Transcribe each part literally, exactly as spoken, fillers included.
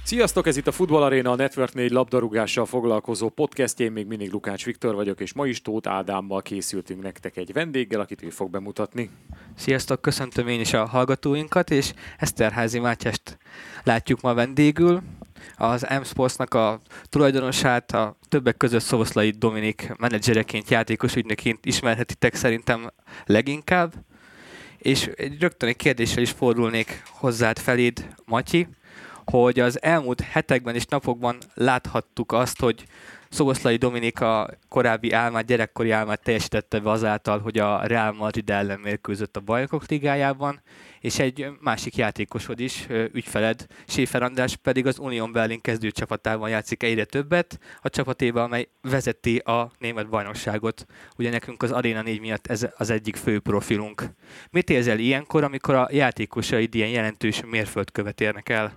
Sziasztok, ez itt a Futball Arena, a Network négy labdarúgással foglalkozó podcastje. Én még mindig Lukács Viktor vagyok, és ma is Tóth Ádámmal készültünk nektek egy vendéggel, akit ő fog bemutatni. Sziasztok, köszöntöm én is a hallgatóinkat, és Eszterházy Mátyást látjuk ma vendégül. Az M-Sportsnak a tulajdonosát, a többek között Szoboszlai Dominik menedzsereként, játékos ügynökként ismerhetitek szerintem leginkább. És egy rögtön egy kérdéssel is fordulnék hozzád feléd, Matyi, hogy az elmúlt hetekben és napokban láthattuk azt, hogy Szoboszlai Dominik a korábbi álmát, gyerekkori álmát teljesítette be azáltal, hogy a Real Madrid ellen mérkőzött a Bajnokok Ligájában, és egy másik játékosod is, ügyfeled, Schäfer András pedig az Union Berlin kezdőcsapatában játszik egyre többet, a csapatében, amely vezeti a német bajnokságot. Ugye nekünk az Arena négy miatt ez az egyik fő profilunk. Mit érzel ilyenkor, amikor a játékosaid ilyen jelentős mérföldkövet érnek el?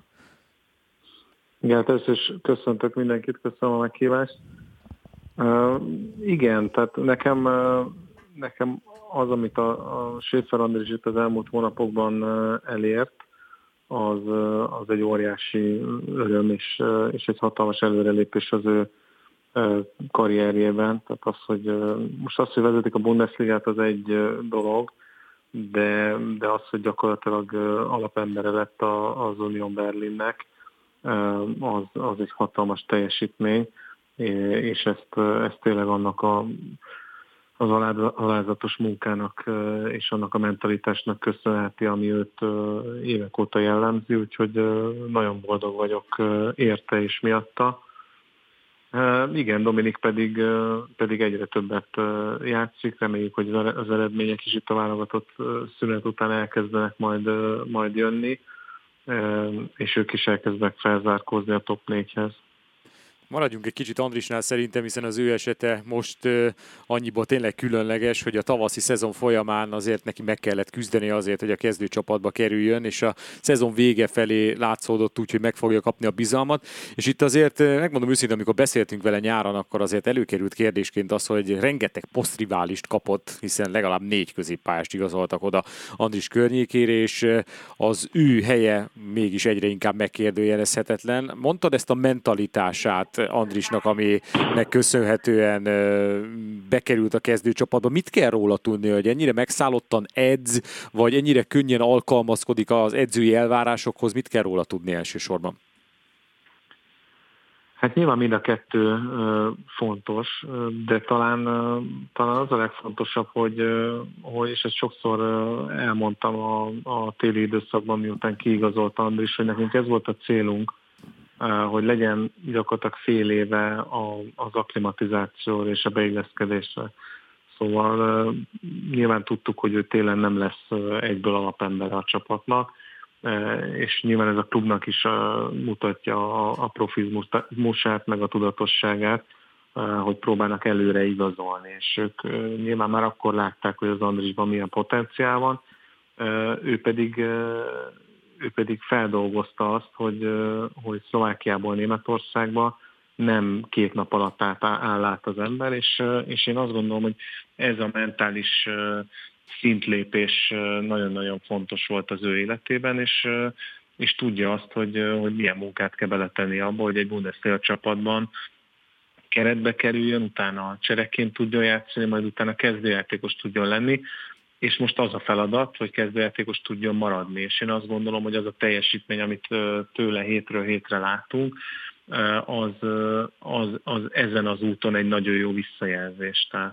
Igen, először is köszöntök mindenkit, köszönöm a meghívást. Uh, igen, tehát nekem, uh, nekem az, amit a, a Schäfer András itt az elmúlt hónapokban uh, elért, az, uh, az egy óriási öröm, és, uh, és egy hatalmas előrelépés az ő uh, karrierjében. Tehát az, hogy uh, most azt, hogy vezetik a Bundesligát, az egy uh, dolog, de, de az, hogy gyakorlatilag uh, alapembere lett a, az Union Berlinnek, Az, az egy hatalmas teljesítmény, és ezt, ezt tényleg annak a, az alázatos munkának és annak a mentalitásnak köszönheti, ami őt évek óta jellemzi, úgyhogy nagyon boldog vagyok érte és miatta. Igen, Dominik pedig, pedig egyre többet játszik, reméljük, hogy az eredmények is itt a válogatott szünet után elkezdenek majd, majd jönni, és ők is elkezdenek felzárkózni a top négyhez. Maradjunk egy kicsit Andrisnál szerintem, hiszen az ő esete most uh, annyiból tényleg különleges, hogy a tavaszi szezon folyamán azért neki meg kellett küzdeni azért, hogy a kezdőcsapatba kerüljön, és a szezon vége felé látszódott úgy, hogy meg fogja kapni a bizalmat. És itt azért, megmondom őszintén, amikor beszéltünk vele nyáron, akkor azért előkerült kérdésként az, hogy rengeteg posztriválist kapott, hiszen legalább négy középpályást igazoltak oda Andris környékére, és az ő helye mégis egyre inkább megkérdőjelezhetetlen. Mondtad ezt a mentalitását Andrisnak, aminek köszönhetően bekerült a kezdőcsapatba. Mit kell róla tudni, hogy ennyire megszállottan edz, vagy ennyire könnyen alkalmazkodik az edzői elvárásokhoz? Mit kell róla tudni elsősorban? Hát nyilván mind a kettő fontos, de talán, talán az a legfontosabb, hogy, hogy és ezt sokszor elmondtam a, a téli időszakban, miután kiigazolt Andris, hogy nekünk ez volt a célunk, hogy legyen gyakorlatilag fél éve az akklimatizációra és a beilleszkedésre. Szóval nyilván tudtuk, hogy ő télen nem lesz egyből alapember a csapatnak, és nyilván ez a klubnak is mutatja a profizmusát, meg a tudatosságát, hogy próbálnak előre igazolni, és ők nyilván már akkor látták, hogy az Andrisban milyen potenciál van, ő pedig ő pedig feldolgozta azt, hogy, hogy Szlovákiából Németországba nem két nap alatt áll át az ember, és, és én azt gondolom, hogy ez a mentális szintlépés nagyon-nagyon fontos volt az ő életében, és, és tudja azt, hogy, hogy milyen munkát kell beletenni abba, hogy egy Bundesliga csapatban keretbe kerüljön, utána csereként tudjon játszani, majd utána kezdőjátékos tudjon lenni, és most az a feladat, hogy kezdőjátékos tudjon maradni. És én azt gondolom, hogy az a teljesítmény, amit tőle hétről hétre láttunk, az, az, az ezen az úton egy nagyon jó visszajelzés. Tehát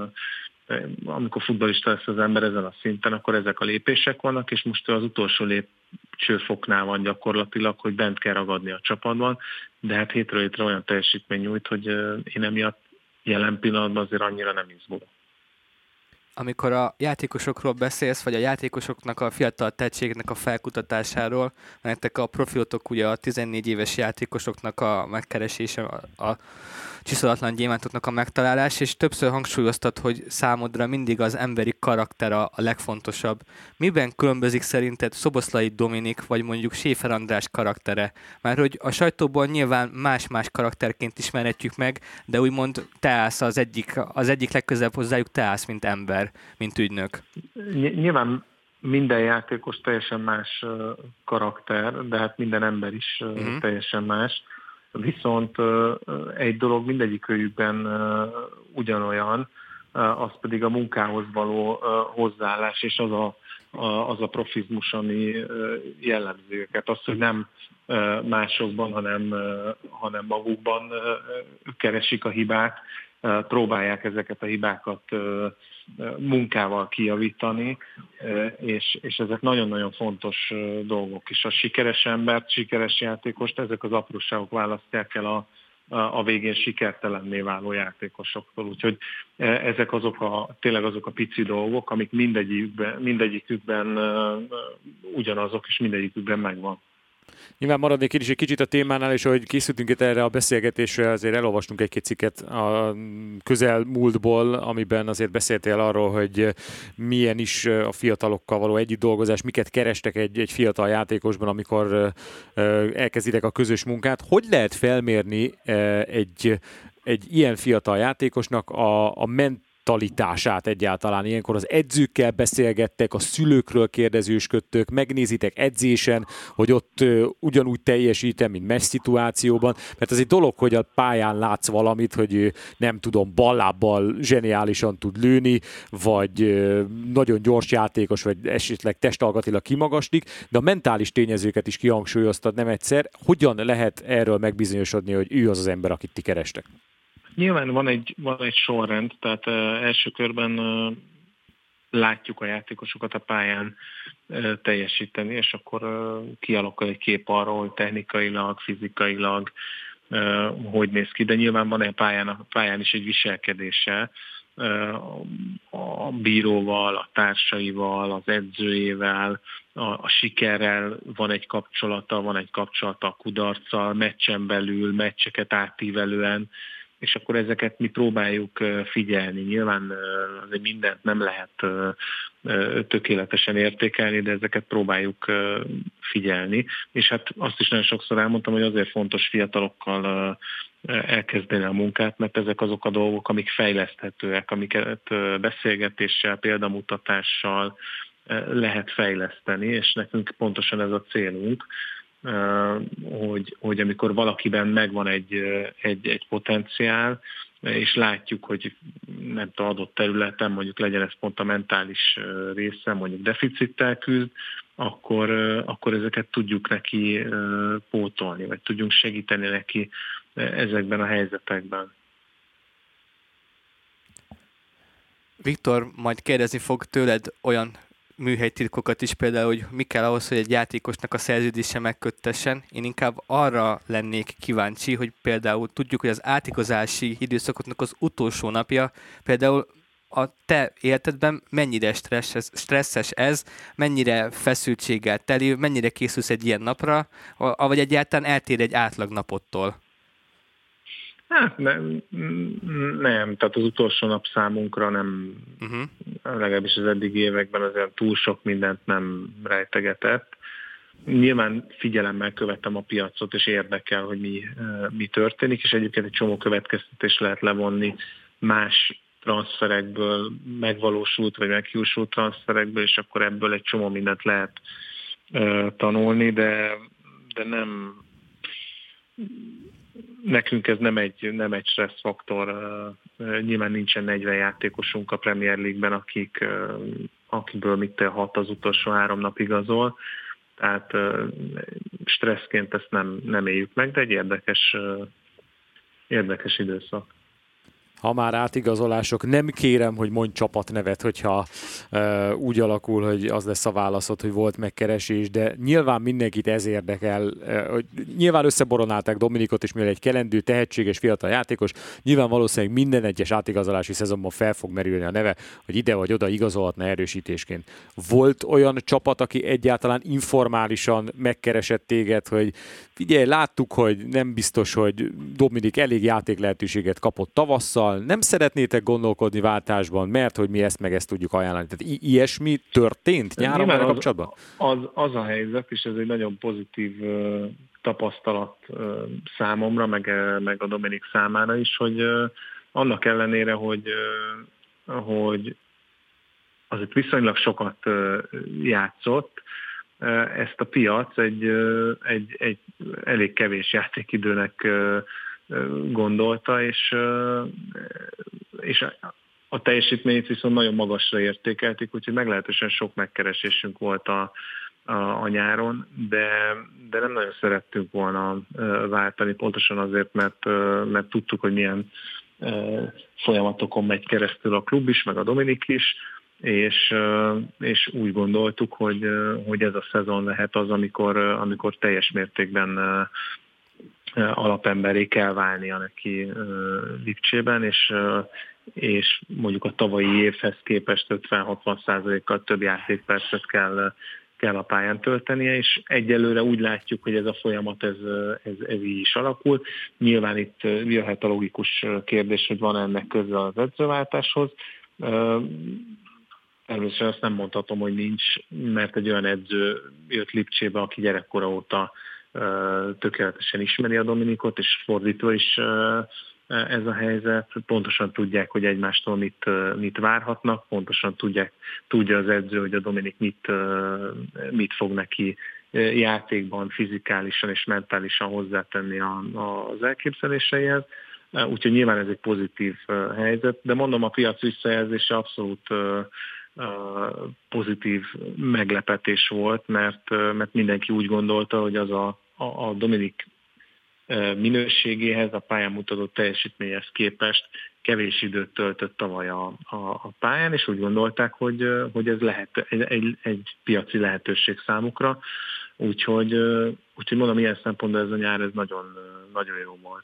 amikor futballista lesz az ember ezen a szinten, akkor ezek a lépések vannak, és most az utolsó lépcsőfoknál van gyakorlatilag, hogy bent kell ragadni a csapatban, de hát hétről hétre olyan teljesítmény nyújt, hogy én emiatt jelen pillanatban azért annyira nem izgulok. Amikor a játékosokról beszélsz, vagy a játékosoknak, a fiatal tehetségnek a felkutatásáról, mert a profilotok ugye a tizennégy éves játékosoknak a megkeresése, a, a csiszolatlan gyémántoknak a megtalálás, és többször hangsúlyoztat, hogy számodra mindig az emberi karakter a, a legfontosabb. Miben különbözik szerinted Szoboszlai Dominik, vagy mondjuk Schäfer András karaktere? Mert hogy a sajtóban nyilván más-más karakterként ismerhetjük meg, de úgymond te állsz az egyik, az egyik legközelebb hozzájuk, te állsz, mint ember, mint ügynök. Nyilván minden játékos teljesen más karakter, de hát minden ember is uh-huh. teljesen más. Viszont egy dolog mindegyikőjükben ugyanolyan, az pedig a munkához való hozzáállás, és az a, az a profizmus, ami jellemzi őket. Az, hogy nem másokban, hanem, hanem magukban keresik a hibát, próbálják ezeket a hibákat munkával kijavítani, és, és ezek nagyon-nagyon fontos dolgok is. A sikeres embert, sikeres játékost, ezek az apróságok választják el a, a végén sikertelenné váló játékosoktól. Úgyhogy ezek azok a, tényleg azok a pici dolgok, amik mindegyikben, mindegyikükben ugyanazok, és mindegyikükben megvan. Nyilván maradnék én is egy kicsit a témánál, és ahogy készültünk itt erre a beszélgetésre, azért elolvastunk egy-két cikket a közelmúltból, amiben azért beszéltél arról, hogy milyen is a fiatalokkal való együtt dolgozás, miket kerestek egy, egy fiatal játékosban, amikor elkezditek a közös munkát. Hogy lehet felmérni egy, egy ilyen fiatal játékosnak a, a ment mentalitását egyáltalán? Ilyenkor az edzőkkel beszélgettek, a szülőkről kérdezősködtök, megnézitek edzésen, hogy ott uh, ugyanúgy teljesítem, mint meccs szituációban, mert az egy dolog, hogy a pályán látsz valamit, hogy uh, nem tudom, ballábbal zseniálisan tud lőni, vagy uh, nagyon gyors játékos, vagy esetleg testalkatilag kimagaslik, de a mentális tényezőket is kihangsúlyoztad nem egyszer. Hogyan lehet erről megbizonyosodni, hogy ő az az ember, akit ti kerestek? Nyilván van egy, van egy sorrend, tehát uh, első körben uh, látjuk a játékosokat a pályán uh, teljesíteni, és akkor uh, kialakul egy kép arról, hogy technikailag, fizikailag uh, hogy néz ki, de nyilván van egy pályán, a pályán is egy viselkedése uh, a bíróval, a társaival, az edzőjével, a, a sikerrel van egy kapcsolata, van egy kapcsolata a kudarccal, meccsen belül, meccseket átívelően, és akkor ezeket mi próbáljuk figyelni. Nyilván azért mindent nem lehet tökéletesen értékelni, de ezeket próbáljuk figyelni. És hát azt is nagyon sokszor elmondtam, hogy azért fontos fiatalokkal elkezdeni a munkát, mert ezek azok a dolgok, amik fejleszthetőek, amiket beszélgetéssel, példamutatással lehet fejleszteni, és nekünk pontosan ez a célunk, hogy, hogy amikor valakiben megvan egy, egy, egy potenciál, és látjuk, hogy nem tudom, adott területen, mondjuk legyen ez pont a mentális része, mondjuk deficittel küzd, akkor, akkor ezeket tudjuk neki pótolni, vagy tudjunk segíteni neki ezekben a helyzetekben. Viktor, majd kérdezni fog tőled olyan műhelytitkokat is, például, hogy mi kell ahhoz, hogy egy játékosnak a szerződése megköttessen. Én inkább arra lennék kíváncsi, hogy például tudjuk, hogy az átigazási időszakoknak az utolsó napja, például a te életedben mennyire stresszes, stresszes ez, mennyire feszültséggel teli, mennyire készülsz egy ilyen napra, vagy egyáltalán eltér egy átlag napottól? Hát nem, nem, tehát az utolsó nap számunkra nem, uh-huh. legalábbis az eddigi években azért túl sok mindent nem rejtegetett. Nyilván figyelemmel követem a piacot, és érdekel, hogy mi, mi történik, és egyébként egy csomó következtetést lehet levonni más transferekből, megvalósult vagy meghiúsult transferekből, és akkor ebből egy csomó mindent lehet uh, tanulni, de, de nem... Nekünk ez nem egy, nem egy stresszfaktor. Nyilván nincsen negyven játékosunk a Premier League-ben, akik, akikből mit hat az utolsó három nap igazol. Tehát stresszként ezt nem, nem éljük meg, de egy érdekes, érdekes időszak. Ha már átigazolások, nem kérem, hogy mondj csapatnevet, hogyha uh, úgy alakul, hogy az lesz a válaszod, hogy volt megkeresés, de nyilván mindenkit ez érdekel. Uh, hogy nyilván összeboronálták Dominikot, és mivel egy kelendő, tehetséges fiatal játékos, nyilván valószínűleg minden egyes átigazolási szezonban fel fog merülni a neve, hogy ide vagy oda igazolhatna erősítésként. Volt olyan csapat, aki egyáltalán informálisan megkeresett téged, hogy figyelj, láttuk, hogy nem biztos, hogy Dominik elég játék lehetőséget kapott tavasszal, nem szeretnétek gondolkodni váltásban, mert hogy mi ezt meg ezt tudjuk ajánlani. Tehát i- ilyesmi történt nyáron vele kapcsolatban? Az, az a helyzet, és ez egy nagyon pozitív uh, tapasztalat uh, számomra, meg, uh, meg a Dominik számára is, hogy uh, annak ellenére, hogy, uh, hogy az azért viszonylag sokat játszott, ezt a piac egy, egy, egy elég kevés játékidőnek gondolta, és, és a teljesítményét viszont nagyon magasra értékelték, úgyhogy meglehetősen sok megkeresésünk volt a, a, a nyáron, de, de nem nagyon szerettünk volna váltani, pontosan azért, mert, mert tudtuk, hogy milyen folyamatokon megy keresztül a klub is, meg a Dominik is, és, és úgy gondoltuk, hogy, hogy ez a szezon lehet az, amikor, amikor teljes mértékben alapemberé kell válnia neki Lipcsében, és, és mondjuk a tavalyi évhez képest ötven-hatvan százalékkal több játékpercet kell, kell a pályán töltenie, és egyelőre úgy látjuk, hogy ez a folyamat ez, ez, ez így is alakul. Nyilván itt jöhet a logikus kérdés, hogy van ennek köze az edzőváltáshoz. Természetesen azt nem mondhatom, hogy nincs, mert egy olyan edző jött Lipcsébe, aki gyerekkora óta tökéletesen ismeri a Dominikot, és fordítva is ez a helyzet. Pontosan tudják, hogy egymástól mit, mit várhatnak, pontosan tudják, tudja az edző, hogy a Dominik mit, mit fog neki játékban, fizikálisan és mentálisan hozzátenni a, az elképzeléseihez. Úgyhogy nyilván ez egy pozitív helyzet, de mondom, a piac visszajelzése abszolút pozitív meglepetés volt, mert, mert mindenki úgy gondolta, hogy az a, a, a Dominik minőségéhez, a pályán mutatott teljesítményhez képest kevés időt töltött tavaly a, a, a pályán, és úgy gondolták, hogy, hogy ez lehet egy, egy, egy piaci lehetőség számukra. Úgyhogy, úgyhogy mondom, ilyen szempontból ez a nyár ez nagyon, nagyon jó volt.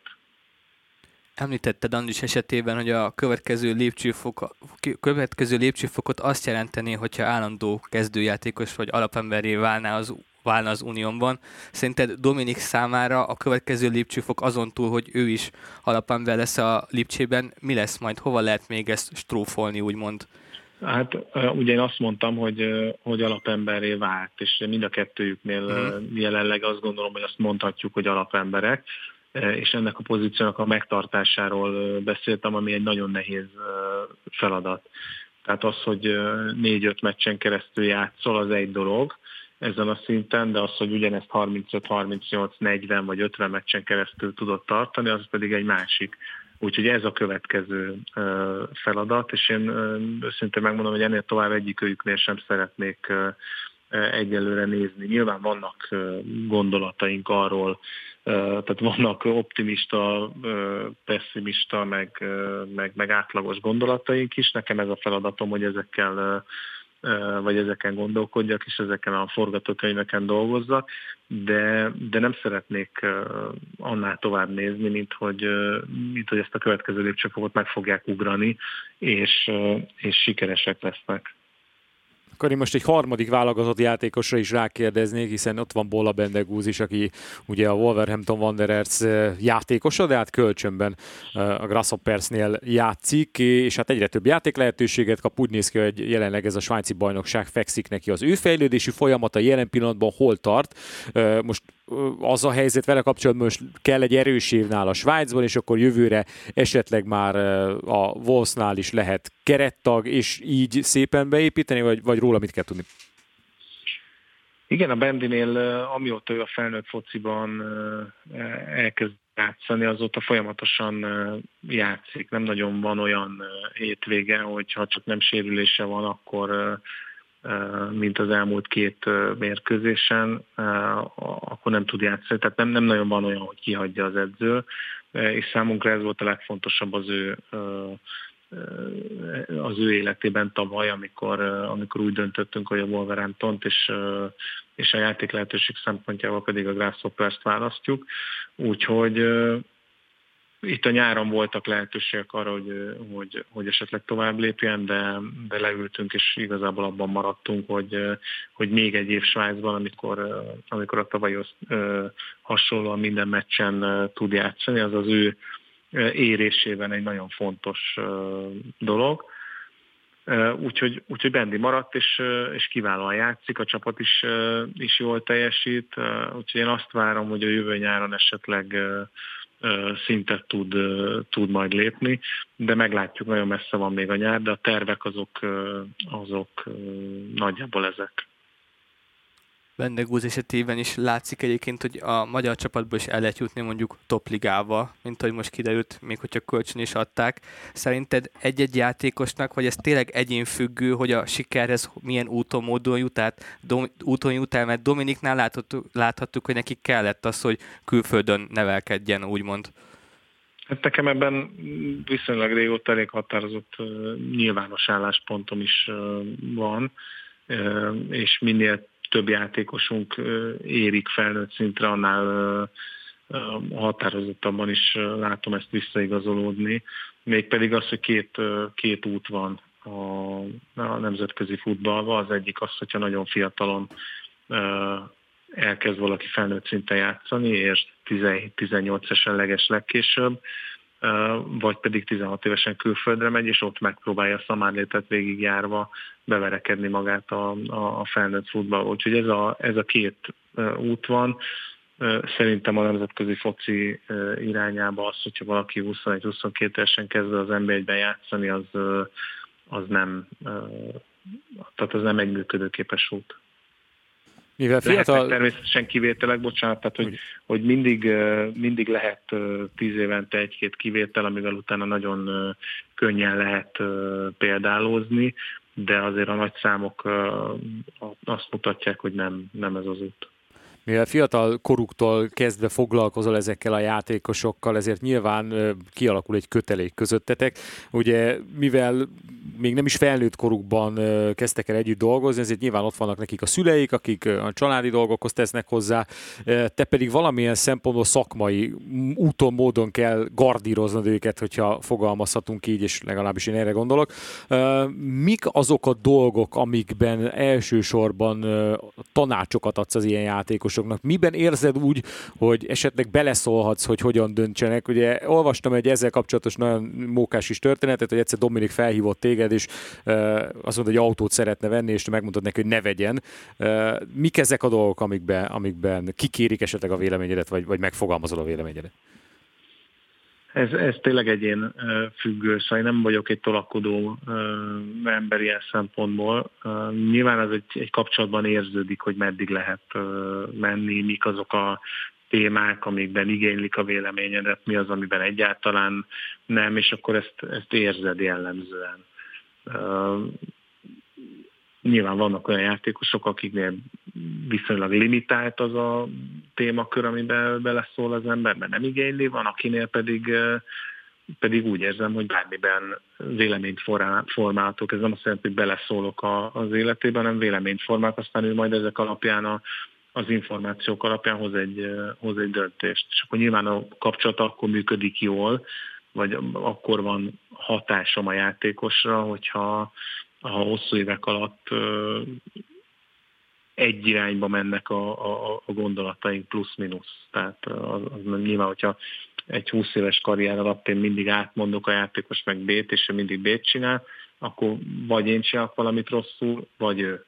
Említetted Andris esetében, hogy a következő lépcsőfok, következő lépcsőfokot azt jelenteni, hogyha állandó kezdőjátékos vagy alapemberré válná az, válna az Uniónban. Szerinted Dominik számára a következő lépcsőfok azon túl, hogy ő is alapember lesz a Lipcsében, mi lesz majd? Hova lehet még ezt strófolni, úgymond? Hát ugye én azt mondtam, hogy, hogy alapemberré vált, és mind a kettőjüknél mm. jelenleg azt gondolom, hogy azt mondhatjuk, hogy alapemberek, és ennek a pozíciónak a megtartásáról beszéltem, ami egy nagyon nehéz feladat. Tehát az, hogy négy-öt meccsen keresztül játszol, az egy dolog ezen a szinten, de az, hogy ugyanezt harmincöt, harmincnyolc, negyven vagy ötven meccsen keresztül tudod tartani, az pedig egy másik. Úgyhogy ez a következő feladat, és én őszintén megmondom, hogy ennél tovább egyikőjüknél sem szeretnék egyelőre nézni. Nyilván vannak gondolataink arról, tehát vannak optimista, pessimista, meg, meg, meg átlagos gondolataink is. Nekem ez a feladatom, hogy ezekkel, vagy ezeken gondolkodjak, és ezeken a forgatókönyveken dolgozzak, de, de nem szeretnék annál tovább nézni, mint hogy, mint hogy ezt a következő lépcsőfokot meg fogják ugrani, és, és sikeresek lesznek. Akkor én most egy harmadik válogatott játékosra is rákérdeznék, hiszen ott van Bola Bendegúz is, aki ugye a Wolverhampton Wanderers játékosa, de hát kölcsönben a Grasshoppersnél játszik, és hát egyre több játék lehetőséget kap. Úgy néz ki, hogy jelenleg ez a svájci bajnokság fekszik neki. Az ő fejlődési folyamata jelen pillanatban hol tart? Most az a helyzet vele kapcsolatban, most kell egy erős év nála Svájcban, és akkor jövőre esetleg már a Wolvesnál is lehet kerettag, és így szépen beépíteni, vagy, vagy róla mit kell tudni? Igen, a Bendinél, amióta ő a felnőtt fociban elkezd játszani, azóta folyamatosan játszik. Nem nagyon van olyan hétvége, hogyha csak nem sérülése van, akkor mint az elmúlt két mérkőzésen, akkor nem tud játszani. Tehát nem, nem nagyon van olyan, hogy kihagyja az edző, és számunkra ez volt a legfontosabb az ő, az ő életében tavaly, amikor, amikor úgy döntöttünk, hogy a Wolverhamptont és, és a játék lehetőség szempontjából pedig a Grasshoppers-t választjuk. Úgyhogy itt a nyáron voltak lehetőségek arra, hogy, hogy, hogy esetleg tovább lépjen, de, de leültünk, és igazából abban maradtunk, hogy, hogy még egy év Svájcban, amikor, amikor a tavalyhoz hasonlóan minden meccsen tud játszani, az az ő érésében egy nagyon fontos dolog. Úgyhogy, úgyhogy Bendi maradt, és, és kiválóan játszik, a csapat is, is jól teljesít, úgyhogy én azt várom, hogy a jövő nyáron esetleg szintet tud, tud majd lépni, de meglátjuk, nagyon messze van még a nyár, de a tervek azok, azok nagyjából ezek. Vendegúz esetében is látszik egyébként, hogy a magyar csapatból is el lehet jutni mondjuk topligába, mint ahogy most kiderült, még hogyha kölcsön is adták. Szerinted egy-egy játékosnak, vagy ez tényleg egyénfüggő, hogy a sikerhez milyen úton, módon jut át, dom, úton jut el, mert Dominiknál láthattuk, láthattuk, hogy neki kellett az, hogy külföldön nevelkedjen, úgymond. Hát nekem ebben viszonylag régóta elég határozott nyilvános álláspontom is van, és minél több játékosunk érik felnőtt szintre, annál határozottabban is látom ezt visszaigazolódni. Mégpedig az, hogy két, két út van a, a nemzetközi futballban. Az egyik az, hogyha nagyon fiatalon elkezd valaki felnőtt szinten játszani, és tizenhét-tizennyolc évesen leges legkésőbb, vagy pedig tizenhat évesen külföldre megy, és ott megpróbálja a szamárlétet végigjárva beverekedni magát a, a, a felnőtt futballba. Úgyhogy ez a, ez a két út van. Szerintem a nemzetközi foci irányába az, hogyha valaki huszonegy-huszonkettő évesen kezd az en bé egyben játszani, az, az nem, tehát az nem egy működőképes út. Mivel fiatal... Lehetnek természetesen kivételek, bocsánat, tehát hogy, hogy mindig, mindig lehet tíz évente egy-két kivétel, amivel utána nagyon könnyen lehet példálózni, de azért a nagy számok azt mutatják, hogy nem, nem ez az út. Mivel fiatal koruktól kezdve foglalkozol ezekkel a játékosokkal, ezért nyilván kialakul egy kötelék közöttetek. Ugye, mivel még nem is felnőtt korukban kezdtek el együtt dolgozni, ezért nyilván ott vannak nekik a szüleik, akik a családi dolgokhoz tesznek hozzá, te pedig valamilyen szempontból szakmai úton, módon kell gardíroznod őket, hogyha fogalmazhatunk így, és legalábbis én erre gondolok. Mik azok a dolgok, amikben elsősorban tanácsokat adsz az ilyen játékosoknak? Miben érzed úgy, hogy esetleg beleszólhatsz, hogy hogyan döntsenek? Ugye olvastam egy ezzel kapcsolatos nagyon mókás is történetet, hogy egyszer Dominik felhívott téged, és uh, azt mondta, hogy autót szeretne venni, és te megmondtad neki, hogy ne vegyen. Uh, mik ezek a dolgok, amikben, amikben kikérik esetleg a véleményedet, vagy, vagy megfogalmazol a véleményedet? Ez, ez tényleg egyén függő, szóval én nem vagyok egy tolakodó ember ilyen szempontból. Nyilván ez egy, egy kapcsolatban érződik, hogy meddig lehet menni, mik azok a témák, amikben igénylik a véleményedet, mi az, amiben egyáltalán nem, és akkor ezt, ezt érzed jellemzően. Nyilván vannak olyan játékosok, akiknél viszonylag limitált az a témakör, amiben beleszól az ember, mert nem igényli, van, akinél pedig, pedig úgy érzem, hogy bármiben véleményt formáltok. Ez nem azt jelenti, hogy beleszólok a, az életében, hanem véleményt formálok, aztán ő majd ezek alapján a, az információk alapján hoz egy, hoz egy döntést. És akkor nyilván a kapcsolat akkor működik jól, vagy akkor van hatásom a játékosra, hogyha ha hosszú évek alatt ö, egy irányba mennek a, a, a gondolataink plusz-minusz. Tehát az, az nyilván, hogyha egy húsz éves karrier alatt én mindig átmondok a játékos meg B-t, és ő mindig B-t csinál, akkor vagy én csinálok valamit rosszul, vagy ő.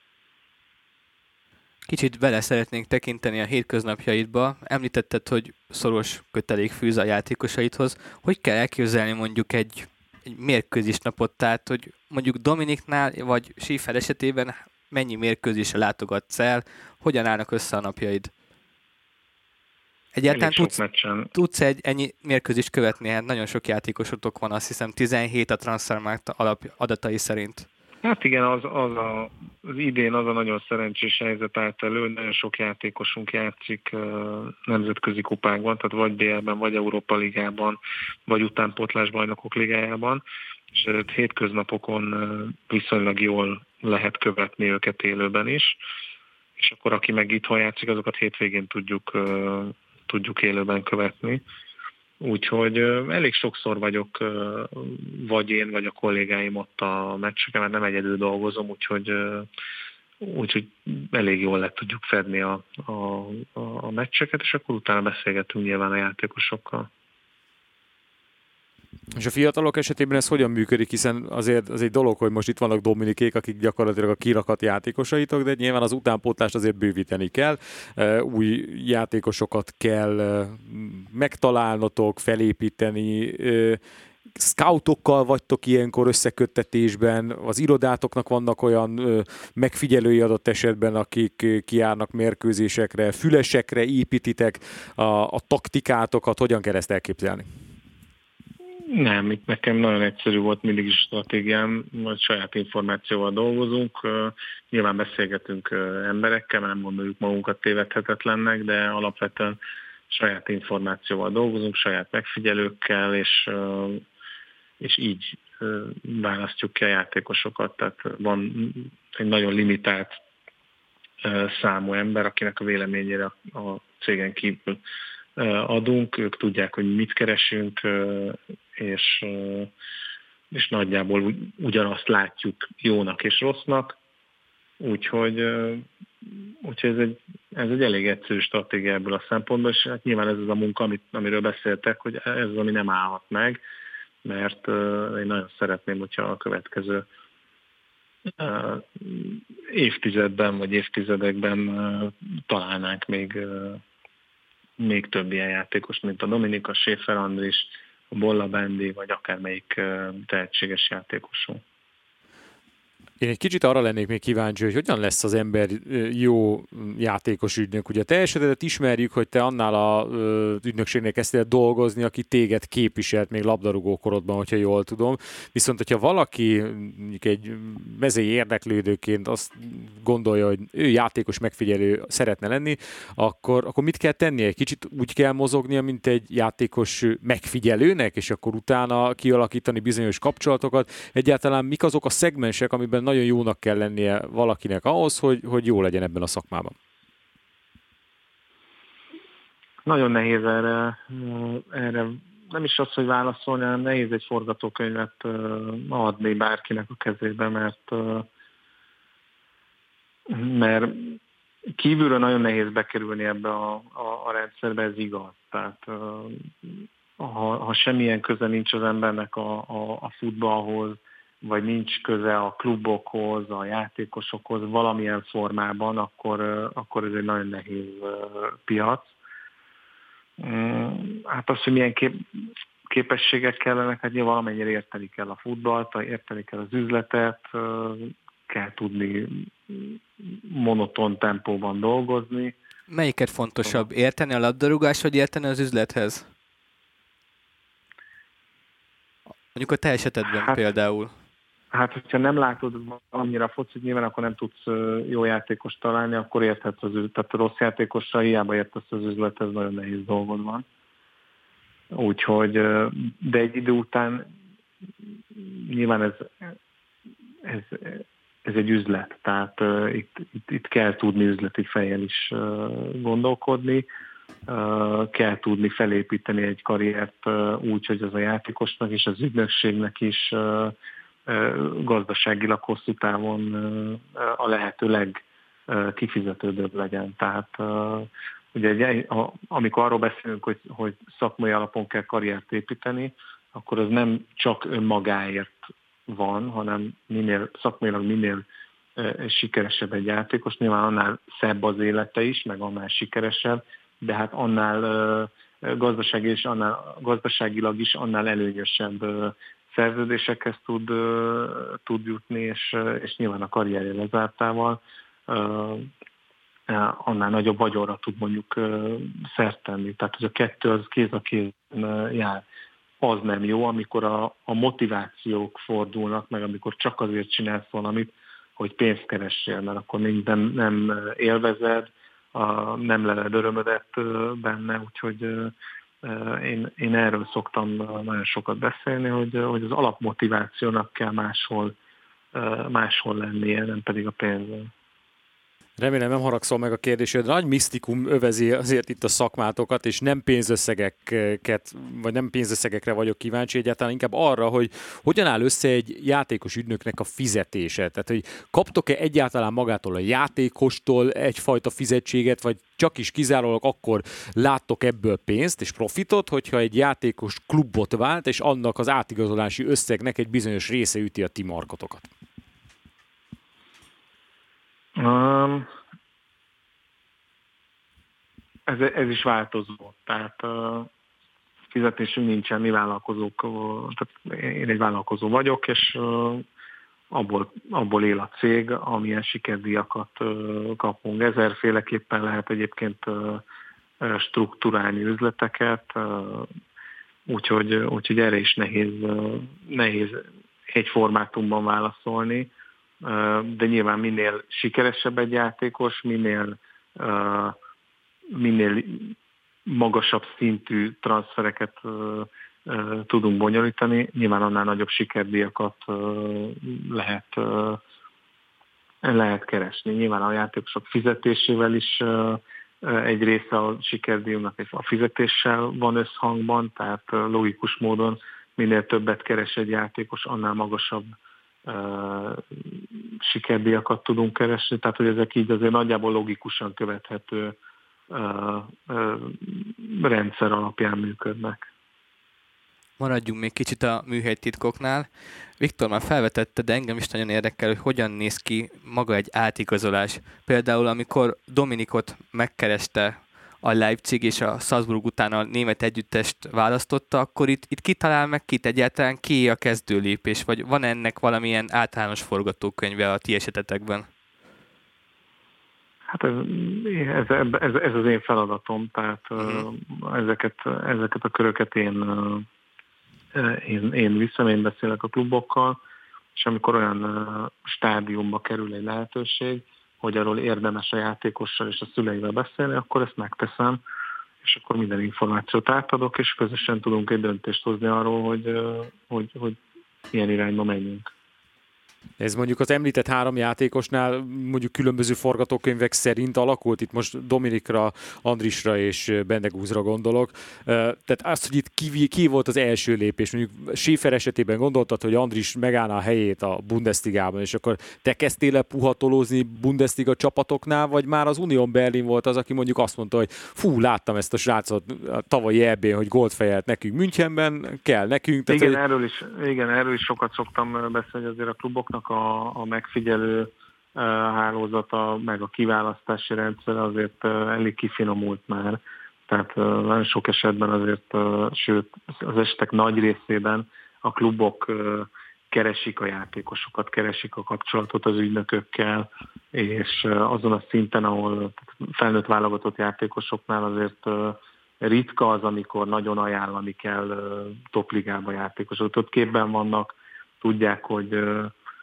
Kicsit bele szeretnénk tekinteni a hétköznapjaidba. Említetted, hogy szoros kötelék fűz a játékosaidhoz. Hogy kell elképzelni mondjuk egy egy mérkőzés napot, tehát hogy mondjuk Dominiknál vagy Schiffer esetében mennyi mérkőzésre látogatsz el, hogyan állnak össze a napjaid? Egyáltalán tudsz, tudsz egy ennyi mérkőzést követni? Hát nagyon sok játékosotok van, azt hiszem tizenhét a Transfermarkt alap adatai szerint. Hát igen, az, az, a, az idén az a nagyon szerencsés helyzet állt elő, hogy nagyon sok játékosunk játszik uh, nemzetközi kupákban, tehát vagy bé el-ben, vagy Európa Ligában, vagy utánpótlás bajnokok ligájában, és uh, hétköznapokon uh, viszonylag jól lehet követni őket élőben is, és akkor aki meg itthon játszik, azokat hétvégén tudjuk, uh, tudjuk élőben követni. Úgyhogy elég sokszor vagyok, vagy én, vagy a kollégáim ott a meccseken, mert nem egyedül dolgozom, úgyhogy, úgyhogy elég jól le tudjuk fedni a, a, a meccseket, és akkor utána beszélgetünk nyilván a játékosokkal. És a fiatalok esetében ez hogyan működik, hiszen azért az egy dolog, hogy most itt vannak Dominikék, akik gyakorlatilag a kirakat játékosaitok, de nyilván az utánpótlást azért bővíteni kell, új játékosokat kell megtalálnotok, felépíteni, scoutokkal vagytok ilyenkor összeköttetésben, az irodátoknak vannak olyan ö, megfigyelői adott esetben, akik kijárnak mérkőzésekre, fülesekre építitek a, a taktikátokat, hogyan kell ezt elképzelni? Nem, itt nekem nagyon egyszerű volt mindig is stratégiám, majd saját információval dolgozunk. Nyilván beszélgetünk emberekkel, mert nem gondoljuk magunkat tévedhetetlennek, de alapvetően saját információval dolgozunk, saját megfigyelőkkel, és, és így választjuk ki a játékosokat. Tehát van egy nagyon limitált számú ember, akinek a véleményére a cégen kívül adunk, ők tudják, hogy mit keresünk, és, és nagyjából ugyanazt látjuk jónak és rossznak, úgyhogy, úgyhogy ez, egy, ez egy elég egyszerű stratégia ebből a szempontból, és hát nyilván ez az a munka, amit, amiről beszéltek, hogy ez az, ami nem állhat meg, mert én nagyon szeretném, hogyha a következő évtizedben vagy évtizedekben találnánk még még több ilyen játékos, mint a Dominika, Schäfer Andris, a Bolla Bendi, vagy akármelyik tehetséges játékosunk. Én egy kicsit arra lennék még kíváncsi, hogy hogyan lesz az ember jó játékos ügynök. Ugye a te esetedet ismerjük, hogy te annál az ügynökségnél kezdtél dolgozni, aki téged képviselt még labdarúgó korodban, hogyha jól tudom. Viszont, hogyha valaki egy mezei érdeklődőként azt gondolja, hogy ő játékos megfigyelő szeretne lenni, akkor, akkor mit kell tennie? Egy kicsit úgy kell mozognia, mint egy játékos megfigyelőnek, és akkor utána kialakítani bizonyos kapcsolatokat. Egyáltalán mik azok a szegmensek, amiben nagyon jónak kell lennie valakinek ahhoz, hogy, hogy jó legyen ebben a szakmában? Nagyon nehéz erre, erre nem is az, hogy válaszolni, hanem nehéz egy forgatókönyvet adni bárkinek a kezébe, mert, mert kívülről nagyon nehéz bekerülni ebbe a, a, a rendszerbe, ez igaz. Tehát ha, ha semmilyen köze nincs az embernek a, a, a futballhoz, vagy nincs köze a klubokhoz, a játékosokhoz valamilyen formában, akkor, akkor ez egy nagyon nehéz piac. Hát az, hogy milyen kép, képességek kellenek, hát nyilván valamennyire érteni kell a futballt, érteni kell az üzletet, kell tudni monoton tempóban dolgozni. Melyiket fontosabb, érteni a labdarúgást, vagy érteni az üzlethez? Mondjuk a te esetedben hát, például. Hát, hogyha nem látod annyira focit, nyilván akkor nem tudsz jó játékost találni, akkor érthetsz az üzletet. Tehát a rossz játékossal hiába értesz az üzlethez, nagyon nehéz dolgod van. Úgyhogy, de egy idő után nyilván ez, ez, ez egy üzlet, tehát uh, itt, itt, itt kell tudni üzleti fejjel is uh, gondolkodni, uh, kell tudni felépíteni egy karriert uh, úgy, hogy az a játékosnak és az ügynökségnek is uh, uh, gazdaságilag hosszú távon uh, a lehető legkifizetődőbb uh, legyen. Tehát uh, ugye egy, a, amikor arról beszélünk, hogy, hogy szakmai alapon kell karriert építeni, akkor az nem csak önmagáért van, hanem minél, szakmailag minél e, sikeresebb egy játékos, nyilván annál szebb az élete is, meg annál sikeresebb, de hát annál e, gazdasági és annál, gazdaságilag is annál előnyösebb e, szerződésekhez tud, e, tud jutni, és, és nyilván a karrierje lezártával e, e, annál nagyobb vagyonra tud mondjuk e, szert tenni. Tehát ez a kettő az kéz a kézben jár. Az nem jó, amikor a, a motivációk fordulnak meg, amikor csak azért csinálsz valamit, hogy pénzt keressél, mert akkor még nem, nem élvezed, a, nem leled örömödet benne, úgyhogy én, én erről szoktam nagyon sokat beszélni, hogy, hogy az alapmotivációnak kell máshol, máshol lennie, nem pedig a pénzön. Remélem nem haragszol meg a kérdésed. Nagy misztikum övezi azért itt a szakmátokat, és nem pénzösszegeket, vagy nem pénzösszegekre vagyok kíváncsi egyáltalán, inkább arra, hogy hogyan áll össze egy játékos ügynöknek a fizetése. Tehát, hogy kaptok-e egyáltalán magától a játékostól egyfajta fizetséget, vagy csak is kizárólag akkor láttok ebből pénzt és profitot, hogyha egy játékos klubot vált, és annak az átigazolási összegnek egy bizonyos része üti a ti markotokat. Um, ez, ez is változó. Tehát uh, fizetésünk nincsen, mi vállalkozók, uh, tehát én egy vállalkozó vagyok, és uh, abból, abból él a cég, amilyen sikerdíjakat uh, kapunk. Ezerféleképpen lehet egyébként uh, struktúrálni üzleteket, uh, úgyhogy, úgyhogy erre is nehéz, uh, nehéz egy formátumban válaszolni. De nyilván minél sikeresebb egy játékos, minél, uh, minél magasabb szintű transfereket uh, uh, tudunk bonyolítani, nyilván annál nagyobb sikerdíjakat uh, lehet, uh, lehet keresni. Nyilván a játékosok fizetésével is uh, egy része a sikerdíjunknak a fizetéssel van összhangban, tehát uh, logikus módon minél többet keres egy játékos, annál magasabb Uh, sikerdíjakat tudunk keresni, tehát hogy ezek így azért nagyjából logikusan követhető uh, uh, rendszer alapján működnek. Maradjunk még kicsit a műhelytitkoknál. Viktor már felvetette, de engem is nagyon érdekel, hogy hogyan néz ki maga egy átigazolás. Például amikor Dominikot megkereste a Leipzig és a Salzburg után a német együttest választotta, akkor itt, itt kitalál meg kit egyáltalán, ki a kezdőlépés, vagy van ennek valamilyen általános forgatókönyve a ti esetetekben? Hát ez, ez, ez, ez az én feladatom, tehát uh-huh. ezeket, ezeket a köröket én, én, én viszem, én beszélek a klubokkal, és amikor olyan stádiumba kerül egy lehetőség, hogy arról érdemes a játékossal és a szüleivel beszélni, akkor ezt megteszem, és akkor minden információt átadok, és közösen tudunk egy döntést hozni arról, hogy, hogy, hogy ilyen irányba menjünk. Ez mondjuk az említett három játékosnál mondjuk különböző forgatókönyvek szerint alakult, itt most Dominikra, Andrisra és Bendegúzra gondolok. Tehát azt, hogy itt ki, ki volt az első lépés, mondjuk Schäfer esetében gondoltad, hogy Andris megállna a helyét a Bundesligában, és akkor te kezdtél el puhatolózni Bundesliga csapatoknál, vagy már az Union Berlin volt az, aki mondjuk azt mondta, hogy fú, láttam ezt a srácot a tavalyi é bé-n, hogy gólt fejelt nekünk Münchenben, kell nekünk. Tehát, igen, hogy... erről is, igen, erről is sokat szoktam beszélni, azért a klubok A, a megfigyelő uh, hálózata, meg a kiválasztási rendszer azért uh, elég kifinomult már. Tehát uh, nagyon sok esetben azért, uh, sőt, az esetek nagy részében a klubok uh, keresik a játékosokat, keresik a kapcsolatot az ügynökökkel, és uh, azon a szinten, ahol felnőtt válogatott játékosoknál azért uh, ritka az, amikor nagyon ajánlani kell uh, topligába játékosokat. Ott képben vannak, tudják, hogy uh,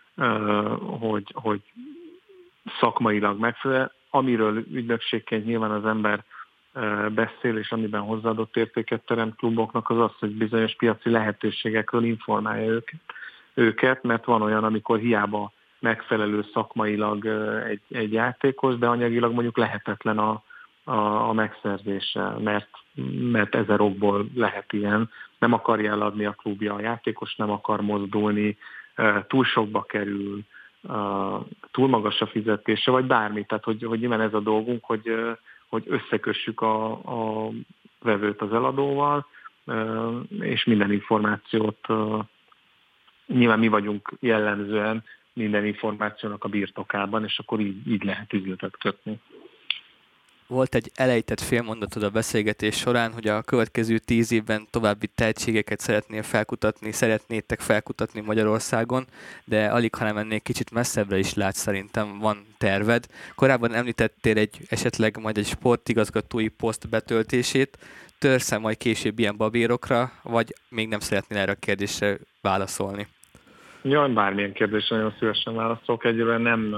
Hogy, hogy szakmailag megfelel. Amiről ügynökségként nyilván az ember beszél, és amiben hozzáadott értéket teremt kluboknak, az az, hogy bizonyos piaci lehetőségekről informálja őket, őket, mert van olyan, amikor hiába megfelelő szakmailag egy, egy játékos, de anyagilag mondjuk lehetetlen a, a, a megszerzése, mert, mert ezer okból lehet ilyen. Nem akarja eladni a klubja a játékos, nem akar mozdulni, túl sokba kerül, túl magas a fizetése, vagy bármi. Tehát, hogy, hogy nyilván ez a dolgunk, hogy, hogy összekössük a, a vevőt az eladóval, és minden információt, nyilván mi vagyunk jellemzően minden információnak a birtokában, és akkor így, így lehet üzletet kötni. Volt egy elejtett félmondatod a beszélgetés során, hogy a következő tíz évben további tehetségeket szeretnél felkutatni, szeretnétek felkutatni Magyarországon, de alig, ha nem ennél kicsit messzebbre is látsz, szerintem van terved. Korábban említettél egy esetleg majd egy sportigazgatói poszt betöltését, törsz-e majd később ilyen babérokra, vagy még nem szeretnél erre a kérdésre válaszolni? Jaj, bármilyen kérdésre nagyon szívesen válaszolok. Egyébként nem...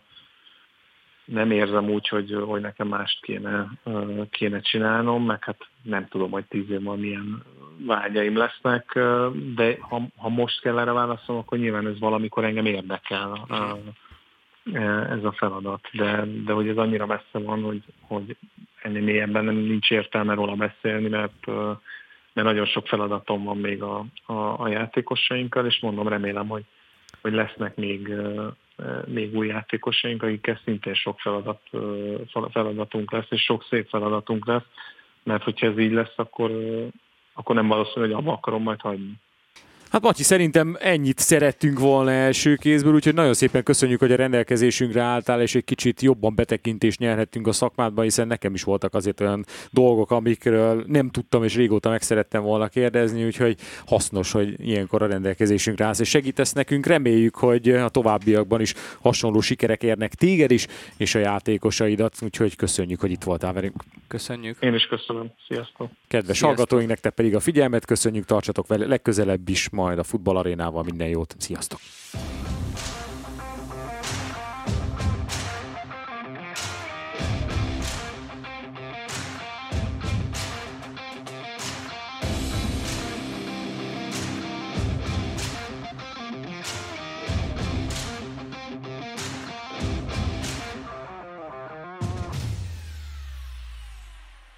nem érzem úgy, hogy, hogy nekem mást kéne, kéne csinálnom, meg hát nem tudom, hogy tíz év múlva milyen vágyaim lesznek, de ha, ha most kell erre válaszolnom, akkor nyilván ez valamikor engem érdekel. ez a feladat. De, de hogy ez annyira messze van, hogy, hogy ennél mélyebben nem nincs értelme róla beszélni, mert, mert nagyon sok feladatom van még a, a, a játékosainkkal, és mondom, remélem, hogy, hogy lesznek még, még új játékosaink, akikkel szintén sok feladat, feladatunk lesz, és sok szép feladatunk lesz, mert hogyha ez így lesz, akkor, akkor nem valószínű, hogy abba akarom majd hagyni. Hát Matyi, szerintem ennyit szerettünk volna első kézből, úgyhogy nagyon szépen köszönjük, hogy a rendelkezésünkre álltál, és egy kicsit jobban betekintést nyerhettünk a szakmádba, hiszen nekem is voltak azért olyan dolgok, amikről nem tudtam, és régóta meg szerettem volna kérdezni, úgyhogy hasznos, hogy ilyenkor a rendelkezésünkre állsz, és segítesz nekünk. Reméljük, hogy a továbbiakban is hasonló sikerek érnek téged is, és a játékosaidat, úgyhogy köszönjük, hogy itt voltál velünk. Köszönjük. Én is köszönöm. Sziasztok. Kedves Sziasztok. hallgatóink, nektek pedig a figyelmet köszönjük, tartsatok vele legközelebb is, majd a Futballarénával minden jót. Sziasztok!